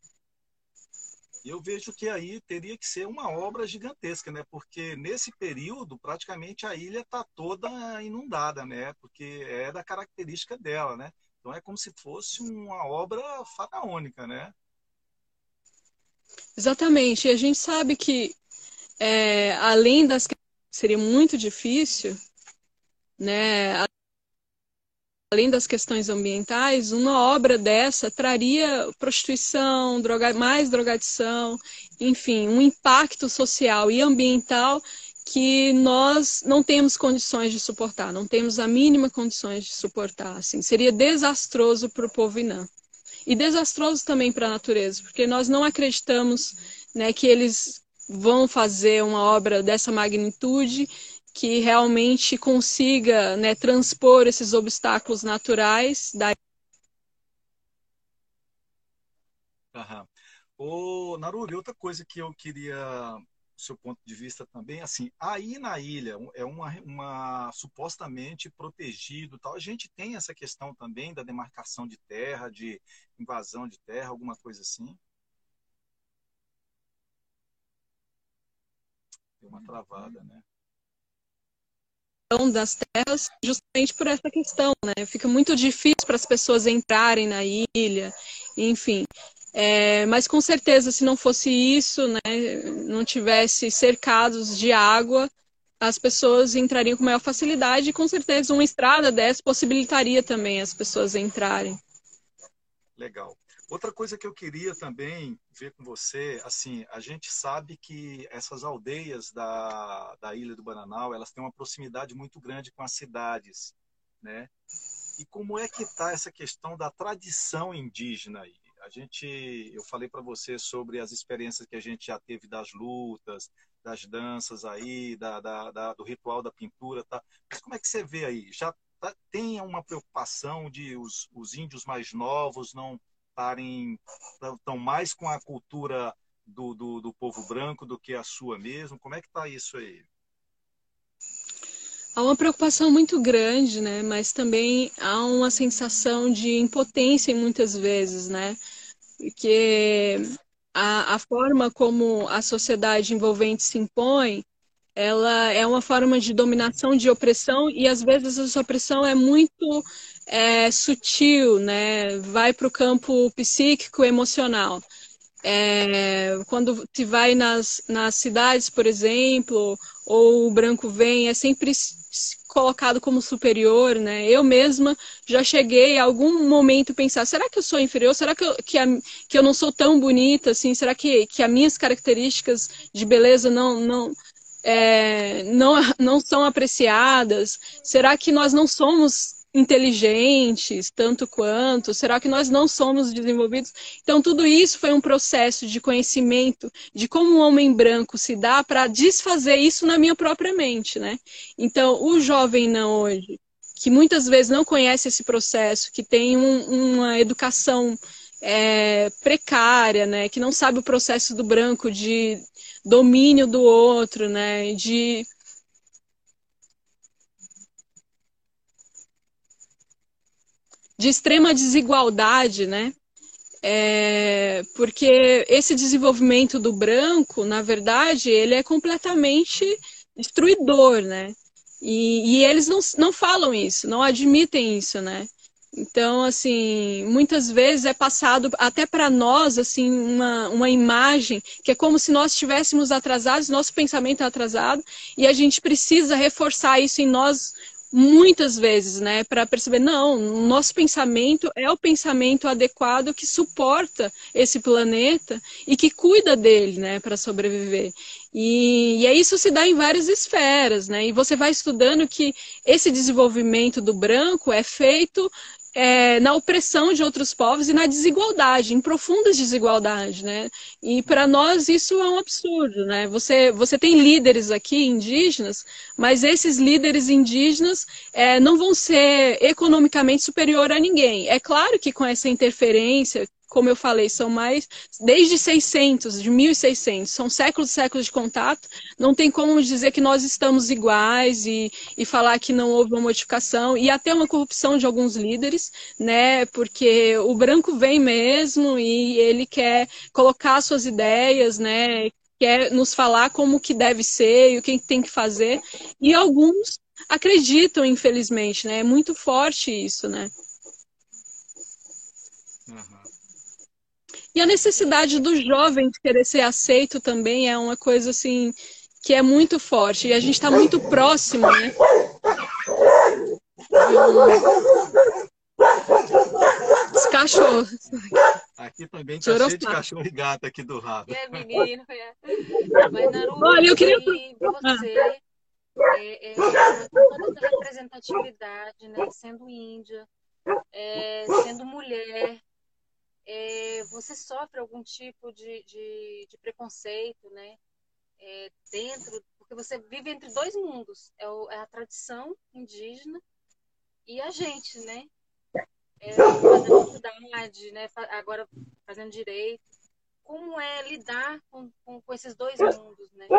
Eu vejo que aí teria que ser uma obra gigantesca, né? Porque nesse período, praticamente, a ilha está toda inundada, né? Porque é da característica dela, né? Então, é como se fosse uma obra faraônica, né? Exatamente. E a gente sabe que, é, além das... seria muito difícil, né? Além das questões ambientais, uma obra dessa traria prostituição, droga, mais drogadição, enfim, um impacto social e ambiental que nós não temos condições de suportar, não temos a mínima condições de suportar. Assim. Seria desastroso para o povo Inã. E desastroso também para a natureza, porque nós não acreditamos, né, que eles vão fazer uma obra dessa magnitude que realmente consiga, né, transpor esses obstáculos naturais. Da... Aham. Ô, Naruri, outra coisa que eu queria, do seu ponto de vista também, assim, aí na ilha é uma, uma supostamente protegido, tal. A gente tem essa questão também da demarcação de terra, de invasão de terra, alguma coisa assim? Deu uma travada, né? das terras, justamente por essa questão, né? Fica muito difícil para as pessoas entrarem na ilha, enfim. É, mas com certeza, se não fosse isso, né, não tivesse cercados de água, as pessoas entrariam com maior facilidade e com certeza uma estrada dessa possibilitaria também as pessoas entrarem. Legal. Outra coisa que eu queria também ver com você, assim, a gente sabe que essas aldeias da, da Ilha do Bananal, elas têm uma proximidade muito grande com as cidades, né? E como é que está essa questão da tradição indígena aí? A gente, eu falei para você sobre as experiências que a gente já teve das lutas, das danças aí, da, da, da, do ritual da pintura, tá? Mas como é que você vê aí? Já tá, tem uma preocupação de os, os índios mais novos não estarem tão mais com a cultura do, do, do povo branco do que a sua mesmo? Como é que está isso aí? Há uma preocupação muito grande, né? Mas também há uma sensação de impotência muitas vezes, né? Porque a, a forma como a sociedade envolvente se impõe, ela é uma forma de dominação, de opressão, e às vezes essa opressão é muito é, sutil, né? Vai para o campo psíquico, emocional. É, quando te vai nas, nas cidades, por exemplo, ou o branco vem, é sempre colocado como superior, né? Eu mesma já cheguei a algum momento pensar, será que eu sou inferior? Será que eu, que, a, que eu não sou tão bonita assim? Será que, que as minhas características de beleza não, não, é, não, não são apreciadas? Será que nós não somos inteligentes tanto quanto? Será que nós não somos desenvolvidos? Então, tudo isso foi um processo de conhecimento de como um homem branco se dá para desfazer isso na minha própria mente, né? Então, o jovem não hoje, que muitas vezes não conhece esse processo, que tem um, uma educação é, precária, né? Que não sabe o processo do branco de domínio do outro, né? De de extrema desigualdade, né? É, porque esse desenvolvimento do branco, na verdade, ele é completamente destruidor, né? E, e eles não, não falam isso, não admitem isso, né? Então, assim, muitas vezes é passado até para nós, assim, uma, uma imagem que é como se nós estivéssemos atrasados, nosso pensamento é atrasado, e a gente precisa reforçar isso em nós muitas vezes, né, para perceber, não, nosso pensamento é o pensamento adequado que suporta esse planeta e que cuida dele, né, para sobreviver. E, e isso se dá em várias esferas, né, e você vai estudando que esse desenvolvimento do branco é feito é, na opressão de outros povos e na desigualdade, em profundas desigualdades, né? E para nós isso é um absurdo, né? Você, você tem líderes aqui indígenas, mas esses líderes indígenas é, não vão ser economicamente superior a ninguém. É claro que com essa interferência, como eu falei, são mais desde seiscentos, de mil e seiscentos, são séculos e séculos de contato, não tem como dizer que nós estamos iguais e, e falar que não houve uma modificação, e até uma corrupção de alguns líderes, né, porque o branco vem mesmo e ele quer colocar suas ideias, né, quer nos falar como que deve ser e o que tem que fazer, e alguns acreditam, infelizmente, né, é muito forte isso, né. Uhum. E a necessidade do jovem de querer ser aceito também é uma coisa assim que é muito forte. E a gente está muito próximo, né? Os cachorros. Aqui também tá cheio de cachorro e gato aqui do lado. É, menino, é. Mas, Naruto, Olha, eu queria... e você, é, é, com toda essa representatividade, né, sendo índia, é, sendo mulher, é, você sofre algum tipo de, de, de preconceito, né, é, dentro, porque você vive entre dois mundos, é, o, é a tradição indígena e a gente, né, é, fazendo faculdade, né, agora fazendo direito. Como é lidar com, com, com esses dois mundos, né?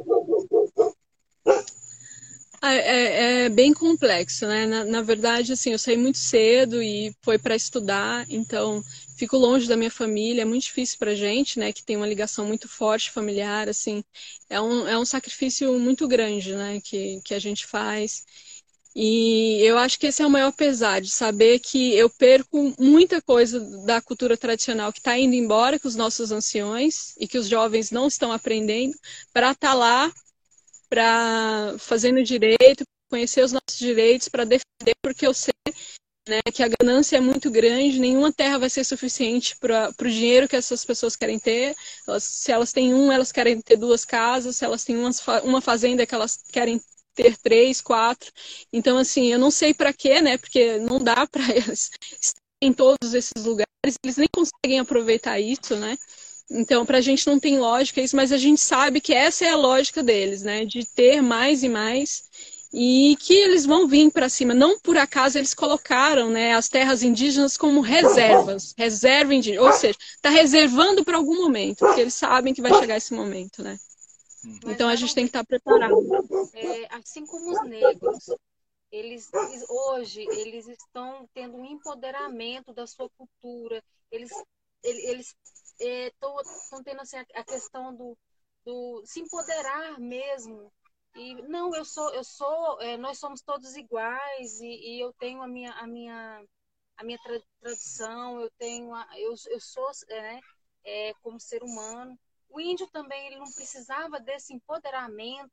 É, é, é bem complexo, né? Na, na verdade, assim, eu saí muito cedo e foi para estudar, então fico longe da minha família, é muito difícil para gente, né? Que tem uma ligação muito forte familiar, assim, é um, é um sacrifício muito grande, né? Que, que a gente faz. E eu acho que esse é o maior pesar, de saber que eu perco muita coisa da cultura tradicional que está indo embora com os nossos anciões e que os jovens não estão aprendendo para estar tá lá, para fazendo direito, conhecer os nossos direitos, para defender, porque eu sei, né, que a ganância é muito grande, nenhuma terra vai ser suficiente para o dinheiro que essas pessoas querem ter. Elas, se elas têm um, elas querem ter duas casas, se elas têm uma, uma fazenda que elas querem ter três, quatro. Então, assim, eu não sei para quê, né? Porque não dá para eles estar em todos esses lugares, eles nem conseguem aproveitar isso, né? Então, para a gente não tem lógica isso, mas a gente sabe que essa é a lógica deles, né? De ter mais e mais e que eles vão vir para cima. Não por acaso eles colocaram, né, as terras indígenas como reservas, reserva indígena, ou seja, está reservando para algum momento, porque eles sabem que vai chegar esse momento, né? Mas então a gente tem que estar tá preparado. É, assim como os negros, eles, eles hoje eles estão tendo um empoderamento da sua cultura, eles eles estão é, tendo assim, a, a questão do, do se empoderar mesmo. E não, eu sou, eu sou, é, nós somos todos iguais e, e eu tenho a minha, a minha, a minha tra tradição, eu tenho, a, eu, eu sou, é, é, como ser humano. O índio também ele não precisava desse empoderamento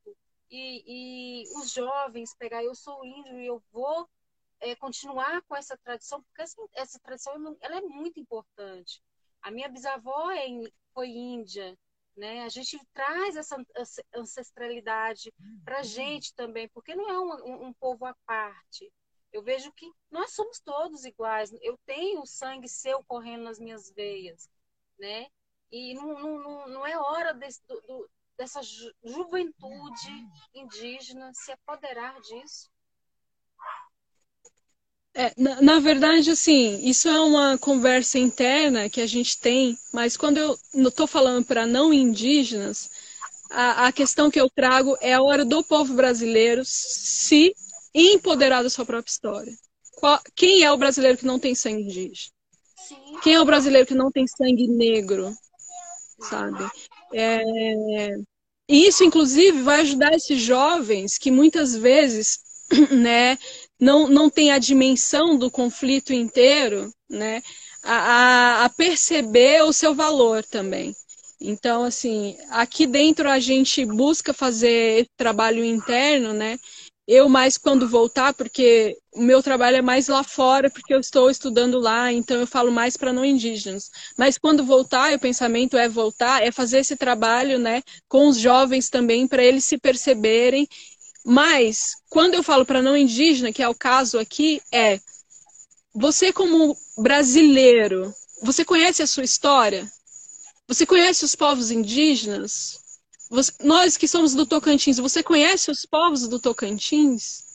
e, e os jovens pegar, eu sou índio e eu vou é, continuar com essa tradição, porque essa, essa tradição ela é muito importante. A minha bisavó é, foi índia, né? A gente traz essa ancestralidade para a gente também, porque não é um, um, um povo à parte. Eu vejo que nós somos todos iguais. Eu tenho o sangue seu correndo nas minhas veias, né? E não, não, não é hora desse, do, do, dessa ju juventude indígena se apoderar disso. É, na, na verdade, assim, isso é uma conversa interna que a gente tem, mas quando eu estou falando para não indígenas, a, a questão que eu trago é a hora do povo brasileiro se empoderar da sua própria história. Qual, quem é o brasileiro que não tem sangue indígena? Sim. Quem é o brasileiro que não tem sangue negro? Sabe? É, isso, inclusive, vai ajudar esses jovens que muitas vezes, né, não, não tem a dimensão do conflito inteiro, né, a, a perceber o seu valor também. Então, assim, aqui dentro a gente busca fazer esse trabalho interno, né? Eu mais quando voltar, porque o meu trabalho é mais lá fora, porque eu estou estudando lá, então eu falo mais para não indígenas. Mas quando voltar, o pensamento é voltar, é fazer esse trabalho, né, com os jovens também, para eles se perceberem. Mas, quando eu falo para não indígena, que é o caso aqui, é você como brasileiro, você conhece a sua história? Você conhece os povos indígenas? Você, nós que somos do Tocantins, você conhece os povos do Tocantins?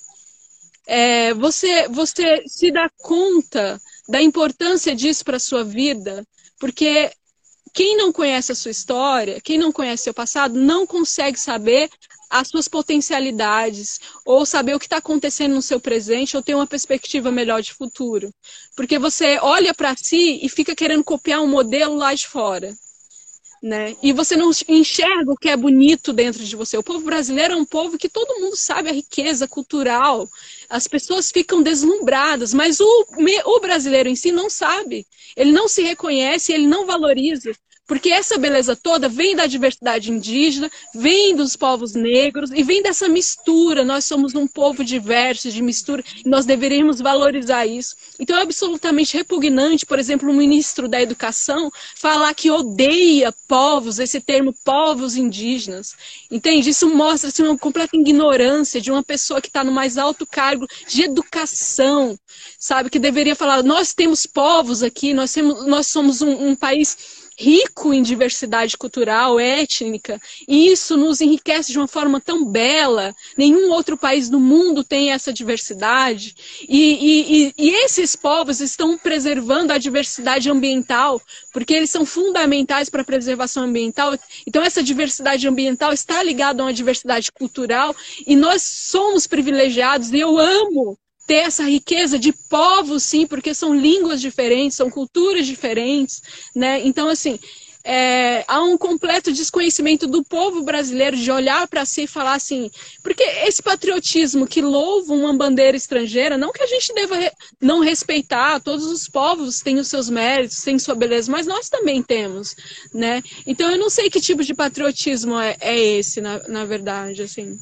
É, você, você se dá conta da importância disso para a sua vida? Porque quem não conhece a sua história, quem não conhece seu passado, não consegue saber as suas potencialidades, ou saber o que está acontecendo no seu presente, ou ter uma perspectiva melhor de futuro. Porque você olha para si e fica querendo copiar um modelo lá de fora. Né? E você não enxerga o que é bonito dentro de você. O povo brasileiro é um povo que todo mundo sabe a riqueza cultural. As pessoas ficam deslumbradas, mas o, o brasileiro em si não sabe. Ele não se reconhece, ele não valoriza. Porque essa beleza toda vem da diversidade indígena, vem dos povos negros e vem dessa mistura. Nós somos um povo diverso, de mistura, e nós deveríamos valorizar isso. Então é absolutamente repugnante, por exemplo, o ministro da Educação falar que odeia povos, esse termo povos indígenas. Entende? Isso mostra assim, uma completa ignorância de uma pessoa que está no mais alto cargo de educação, sabe? Que deveria falar, nós temos povos aqui, nós, temos, nós somos um, um país rico em diversidade cultural, étnica, e isso nos enriquece de uma forma tão bela. Nenhum outro país do mundo tem essa diversidade. E, e, e esses povos estão preservando a diversidade ambiental, porque eles são fundamentais para a preservação ambiental. Então, essa diversidade ambiental está ligada a uma diversidade cultural, e nós somos privilegiados, e eu amo ter essa riqueza de povos, sim, porque são línguas diferentes, são culturas diferentes, né? Então, assim, é, há um completo desconhecimento do povo brasileiro de olhar para si e falar assim, porque esse patriotismo que louva uma bandeira estrangeira, não que a gente deva re, não respeitar, todos os povos têm os seus méritos, têm sua beleza, mas nós também temos, né? Então, eu não sei que tipo de patriotismo é, é esse, na, na verdade, assim.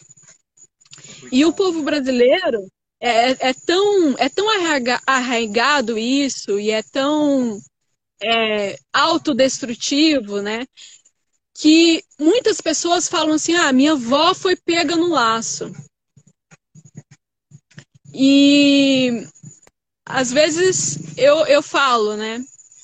E o povo brasileiro É, é, tão, é tão arraigado isso e é tão é, autodestrutivo, né? Que muitas pessoas falam assim, ah, minha avó foi pega no laço. E às vezes eu, eu falo, né?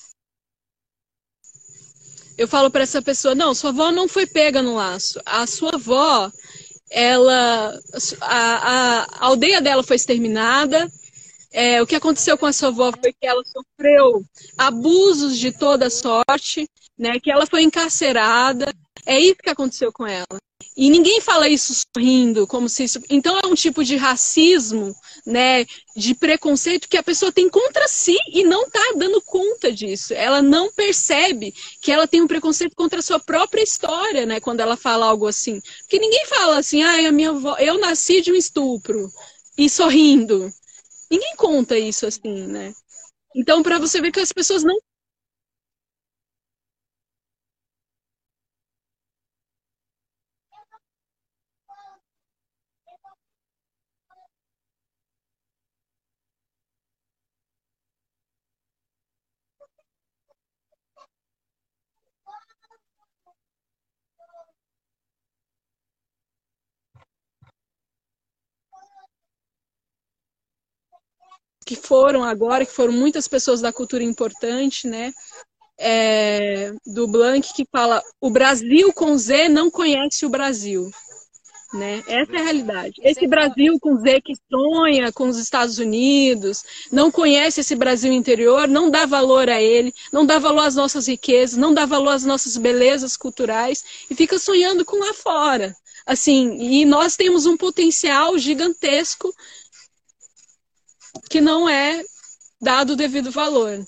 Eu falo para essa pessoa, não, sua avó não foi pega no laço. A sua avó, ela, a, a aldeia dela foi exterminada. É, o que aconteceu com a sua avó foi que ela sofreu abusos de toda sorte, né? Que ela foi encarcerada. É isso que aconteceu com ela. E ninguém fala isso sorrindo, como se isso... Então é um tipo de racismo, né? De preconceito que a pessoa tem contra si e não está dando conta disso. Ela não percebe que ela tem um preconceito contra a sua própria história, né? Quando ela fala algo assim. Porque ninguém fala assim, ah, a minha avó, eu nasci de um estupro. E sorrindo. Ninguém conta isso assim, né? Então, para você ver que as pessoas não... que foram agora, que foram muitas pessoas da cultura importante, né? É, do Blanc, que fala: o Brasil com Z não conhece o Brasil. Né? Essa é a realidade. Esse Brasil com Z que sonha com os Estados Unidos, não conhece esse Brasil interior, não dá valor a ele, não dá valor às nossas riquezas, não dá valor às nossas belezas culturais e fica sonhando com lá fora. Assim, e nós temos um potencial gigantesco que não é dado o devido valor.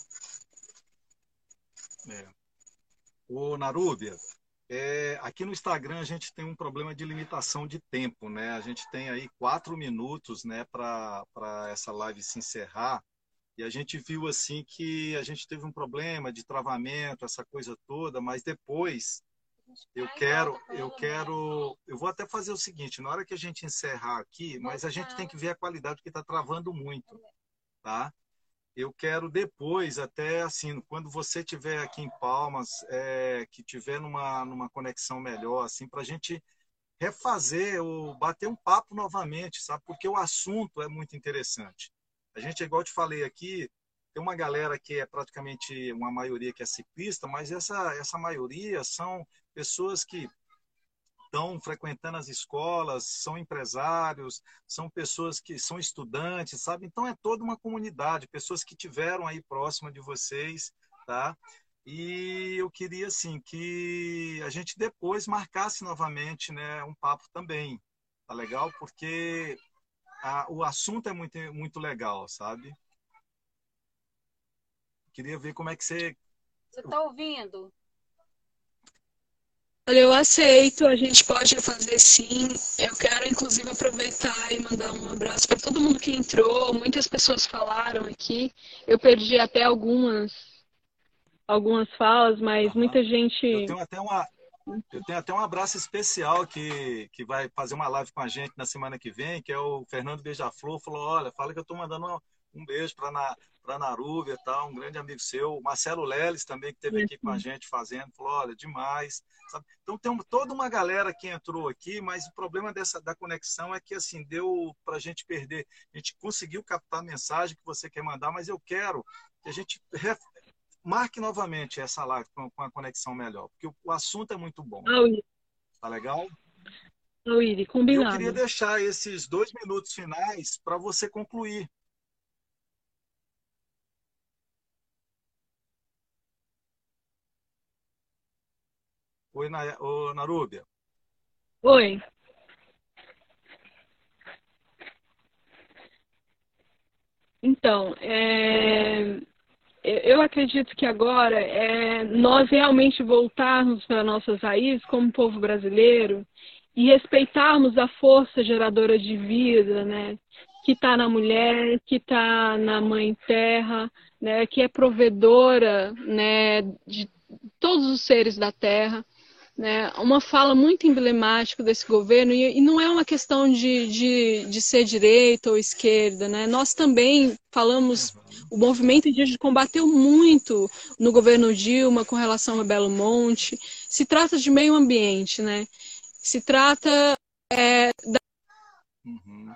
É. Ô, Narúbia, É, aqui no Instagram a gente tem um problema de limitação de tempo, né? A gente tem aí quatro minutos, né, para para essa live se encerrar. E a gente viu assim que a gente teve um problema de travamento, essa coisa toda, mas depois eu quero, eu quero, eu vou até fazer o seguinte: na hora que a gente encerrar aqui, mas a gente tem que ver a qualidade porque está travando muito, tá? Eu quero depois, até assim, quando você estiver aqui em Palmas, é, que tiver numa, numa conexão melhor, assim, para a gente refazer ou bater um papo novamente, sabe? Porque o assunto é muito interessante. A gente, igual eu te falei aqui, tem uma galera que é praticamente uma maioria que é ciclista, mas essa, essa maioria são pessoas que estão frequentando as escolas, são empresários, são pessoas que são estudantes, sabe? Então é toda uma comunidade, pessoas que tiveram aí próxima de vocês, tá? E eu queria, assim, que a gente depois marcasse novamente, né, um papo também, tá legal? Porque a, o assunto é muito, muito legal, sabe? Queria ver como é que você... Você está ouvindo? Eu aceito, a gente pode fazer sim. Eu quero, inclusive, aproveitar e mandar um abraço para todo mundo que entrou. Muitas pessoas falaram aqui. Eu perdi até algumas, algumas falas, mas Uhum. muita gente... Eu tenho até uma... Eu tenho até um abraço especial que, que vai fazer uma live com a gente na semana que vem, que é o Fernando Beija-Flor. Falou: olha, fala que eu estou mandando uma, um beijo para na, a Narúbia, tá? Um grande amigo seu. O Marcelo Leles também, que esteve aqui com a gente fazendo. Falou: olha, demais. Sabe? Então tem toda uma galera que entrou aqui, mas o problema dessa, da conexão é que assim, deu para a gente perder. A gente conseguiu captar a mensagem que você quer mandar, mas eu quero que a gente... marque novamente essa live com, com a conexão melhor, porque o, o assunto é muito bom. Ah, tá legal? Iri, combinado. Eu queria deixar esses dois minutos finais para você concluir. Oi, Na, ô, Narúbia. Oi. Então, é... eu acredito que agora é nós realmente voltarmos para nossas raízes como povo brasileiro e respeitarmos a força geradora de vida, né? Que está na mulher, que está na mãe terra, né? Que é provedora, né? De todos os seres da terra. Né? Uma fala muito emblemática desse governo, e, e não é uma questão de, de, de ser direita ou esquerda, né? Nós também falamos, o movimento indígena combateu muito no governo Dilma com relação a Belo Monte. Se trata de meio ambiente, né? Se trata é, da Uhum.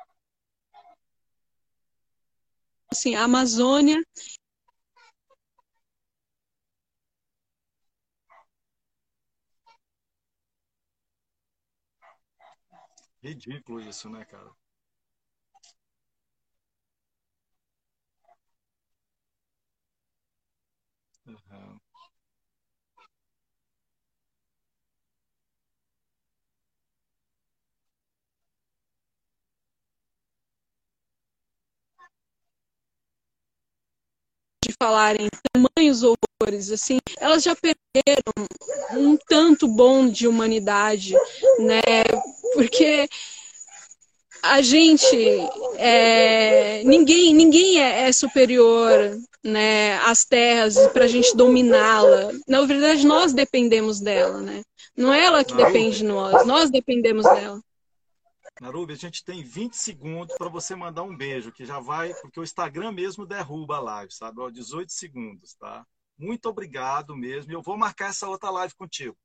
assim, a Amazônia. Ridículo isso, né, cara? Uhum. De falarem tamanhos horrores, assim, elas já perderam um tanto bom de humanidade, né? Porque a gente, é, ninguém, ninguém é, é superior, né, às terras para a gente dominá-la. Na verdade, nós dependemos dela, né? Não é ela que depende de nós, nós dependemos dela. Narúbia, a gente tem vinte segundos para você mandar um beijo, que já vai, porque o Instagram mesmo derruba a live, sabe? Ó, dezoito segundos, tá? Muito obrigado mesmo. Eu vou marcar essa outra live contigo.